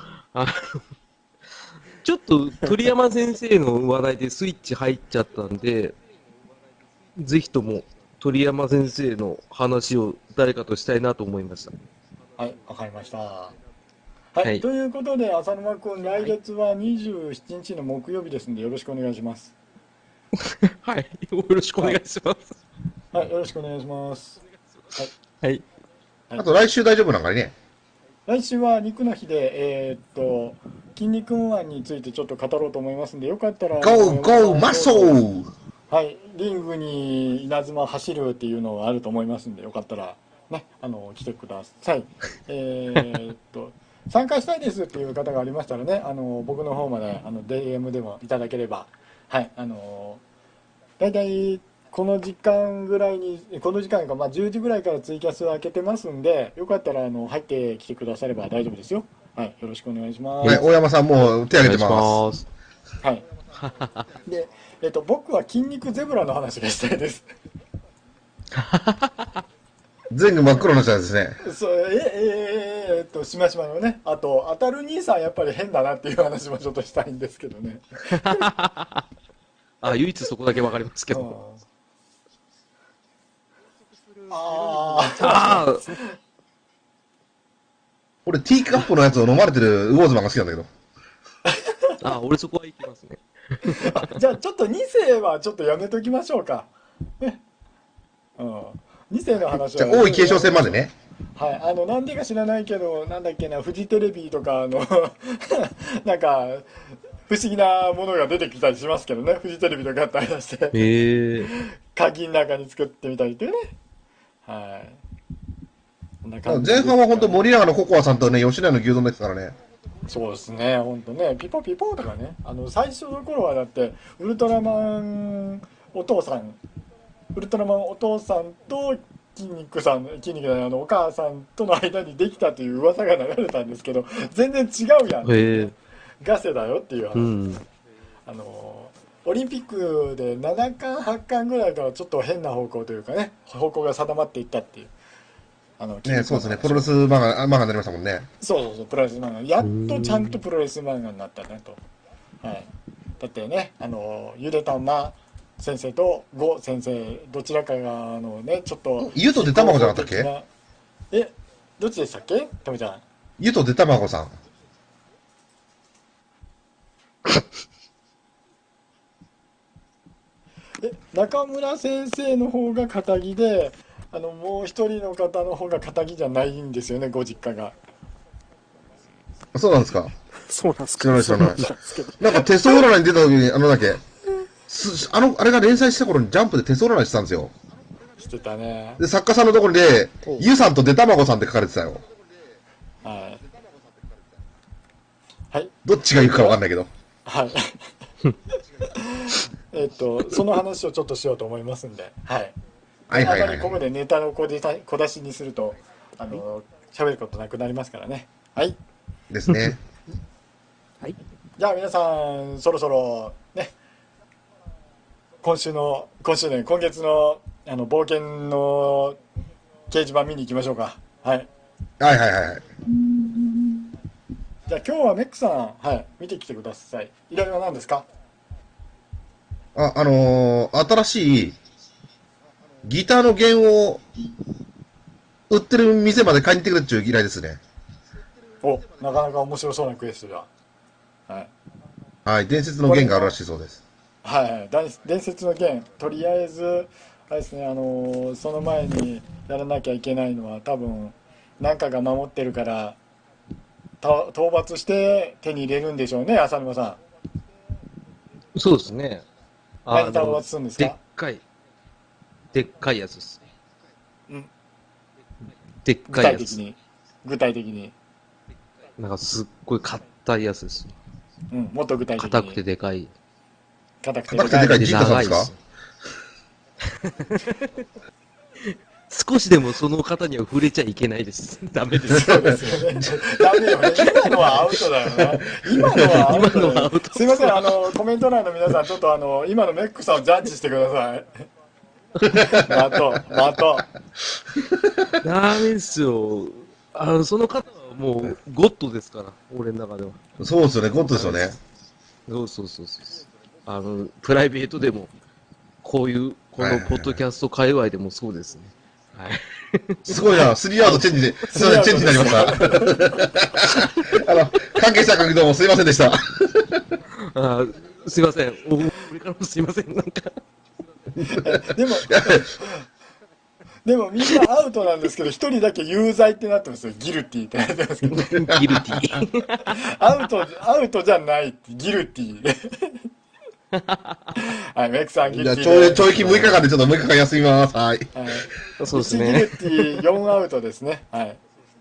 ちょっと鳥山先生の話題でスイッチ入っちゃったんで、ぜひとも鳥山先生の話を誰かとしたいなと思いました。 はい、わかりました。はい、 はいということで浅沼君来月は27日の木曜日ですのでよろしくお願いします。 はい、よろしくお願いします。 はい、よろしくお願いします。はい。 はい。 あと来週大丈夫なんかにね。 来週は肉の日で、筋肉マンについてちょっと語ろうと思いますんで、よかったら、 ゴーマッソーはい、リングに稲妻走るっていうのがあると思いますんで、よかったら、ね、来てください。参加したいですっていう方がありましたらね、僕の方まで、DM でもいただければ、はい、 だいたいこの時間ぐらいに、この時間か、まあ、10時ぐらいからツイキャスを開けてますんで、よかったら入ってきてくだされば大丈夫ですよ。はい、よろしくお願いしまはい、 す。 大山さんもう手お挙げて願いします。 ます。 はい。で、僕は筋肉ゼブラの話がしたいです。 全部真っ黒になっちゃうんですね。 そう、しましまのね、あと、当たる兄さんやっぱり変だなっていう話もちょっとしたいんですけどね。 あ、唯一そこだけわかりますけうんど。 ああ俺、ティーカップのやつを飲まれてるウォーズマンが好きなんだけど。 あ、俺そこは行きますね。 じゃあちょっと2世はちょっとやめときましょうか。ね。うん。2世の話は。 じゃあ、王位継承戦までね。 はい。なんでか知らないけど、なんだっけな、フジテレビとか、なんか、不思議なものが出てきたりしますけどね。フジテレビとかあったり出して、 へえ。 鍵の中に作ってみたりっていうね。はい。こんな感じですかね。 前半は本当森永のココアさんとね、吉野家の牛丼ですからね。 そうですね、ほんとね、ピポピポとかね、最初の頃はだって、ウルトラマンお父さん、ウルトラマンお父さんと筋肉さん、筋肉じゃない、お母さんとの間にできたという噂が流れたんですけど、全然違うやんっていうへえね、。ガセだよっていう話。 うん。 オリンピックで7冠、8冠ぐらいからちょっと変な方向というかね、方向が定まっていったっていう。 ね、そうですね。プロレス漫画になりましたもんね。 そう、プロレス漫画。やっとちゃんとプロレス漫画になったねと。はい。だってね、ゆでたま先生とゴ先生、どちらかが、ちょっと。 ゆとでたまごじゃなかったっけ？ どっちでしたっけとめちゃん。 ゆとでたまごさん。 中村先生の方が堅気で、もう一人の方の方が堅気じゃないんですよね、ご実家が。 そうなんですか？ そうなんです知らない知らないそうなんですけど。 なんか手相占いに出た時に、だっけあれが連載した頃にジャンプで手相占いしてたんですよ。 してたね。 で、作家さんのところでお、 ゆさんとでたまごさんって書かれてたよ。 はい。はい。 どっちが言うかわかんないけど。 はい。その話をちょっとしようと思いますんで、はい。 はいはいはいあまりここでネタの小出しにすると、喋ることなくなりますからね。はい。 ですね。 じゃあ皆さん、そろそろ、ね、今月の、冒険の掲示板見に行きましょうか。はい。 はいはいはいはい。 じゃあ今日はメックさん、はい、見てきてください。依頼は何ですか？ 新しいギターの弦を売ってる店まで買いに行ってくれっていう依頼ですね。 お、なかなか面白そうなクエストだ。はい。 はい、伝説の弦があるらしいそうです。 はいはい、伝説の弦、とりあえず、あれですね、その前にやらなきゃいけないのは、多分何かが守ってるから、討伐して手に入れるんでしょうね、浅沼さそうですね。 ん。何討伐するんですでっか？ でっかいやつです。 うんでっ具かいやつ。 体的に。具体的に。 なんかすっごい硬いやつです。 うん、もっと具体的に。 硬くてでかい。 硬くて硬くてでかいで銀貨さんですか？ 長いです。少しでもその方には触れちゃいけないです。ダメです。 そうですよね。ダメよね。今のはアウトだよな。今のはアウトだよ。 今のはアウトすいません、コメント欄の皆さん、ちょっと今のメックさんをジャッジしてください。待とう。 ダメですよ。その方はもうゴッドですから、俺の中では。 そうですよね、ゴッドですよね。 そうそうそうそう。プライベートでも、こういう、このポッドキャスト界隈でもそうですね。はい。 すごいな、3アウトチェンジで、すいません、チェンジになりました。関係者関係どうもすいませんでした。 すいません。これからもすいません。なんか。 でもみんなアウトなんですけど、一人だけ有罪ってなってますよ。ギルティってなってますけど。 ギルティ。 アウトじゃないって、ギルティで。はい、メックさんギじゃあ、 ルティで。 懲役6日間でちょっと6日間休みます。はい。 はい。 そうです 1ギルね。 ティ4アウトですね。はい。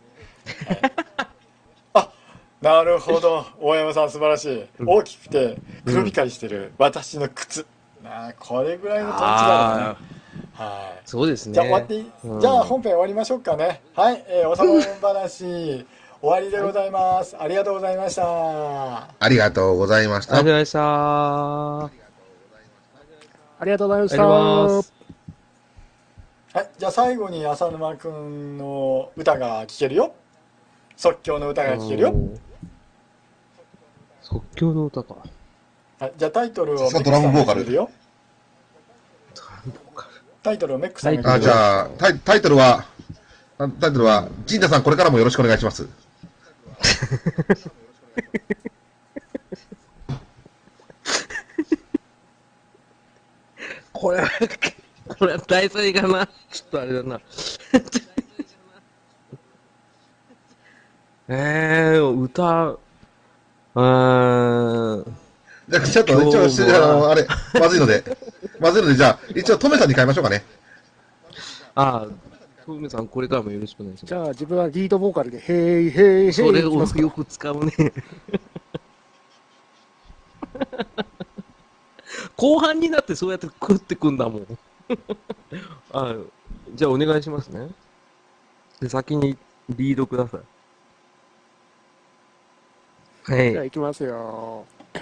あ、なるほど。大山さん素晴らしい。大きくて黒光りしてる私の靴。 なあ、これぐらいのトンチだろうね。 ああ、 はい。 そうですね。 じゃあ終わっていい、 うんじゃあ本編終わりましょうかね。はい、おさま話、終わりでございます。ありがとうございました。はありがとうございましたありがとうご。ざいました。あありがとうございましりがとうございまた。 す。 い、じゃあ最後に浅沼くんの歌が聴けるよ。即興の歌が聴けるよ。 即興の歌か。 はい、じゃあタイトルをメックドラさんムボーカルが決めるよ。タイトルをメックさんが決めあ、 るよ。 じゃあ、タイトルは、陣太さんこれからもよろしくお願いします。 これは、これは題材かな。ちょっとあれだな。歌、 じゃあ、ちょっと、一応、あれ、まずいので、じゃあ、一応、トメさんに変えましょうかね。 トメさん、これからもよろしくお願いします。 じゃあ自分はリードボーカルで、へいへいへい。 それをいきますかよく使うね。後半になってそうやって食ってくんだもん。じゃあお願いしますね。で、先にリードください。はい。 じゃあ行きますよ。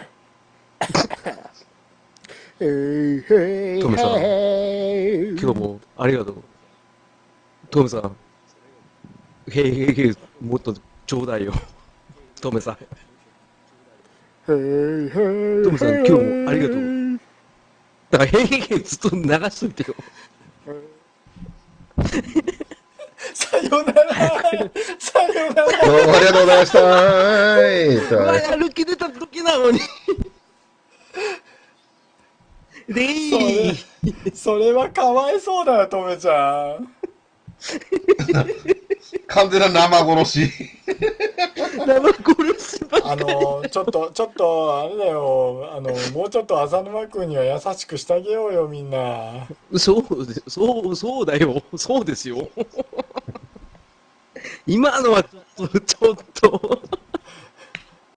へいへいトメさんへい。 今日もありがとう。トメさん。へいへいへい、もっとちょうだいよ。トメさん。 へいへい。 トメさん、今日もありがとう。だから、へいへいへいずっと流しといてよ。 さよなら。さよなら。 どうもありがとうございました。 うわ、やる気出た時なのに。でそれはかわいそうだよ、とめちゃん。 完全な生殺し。 生殺しばっかちょっと、あれだよ、もうちょっと浅沼くんには優しくしてあげようよ、みんな。 そうだよ。そうですよ。今のはちょっと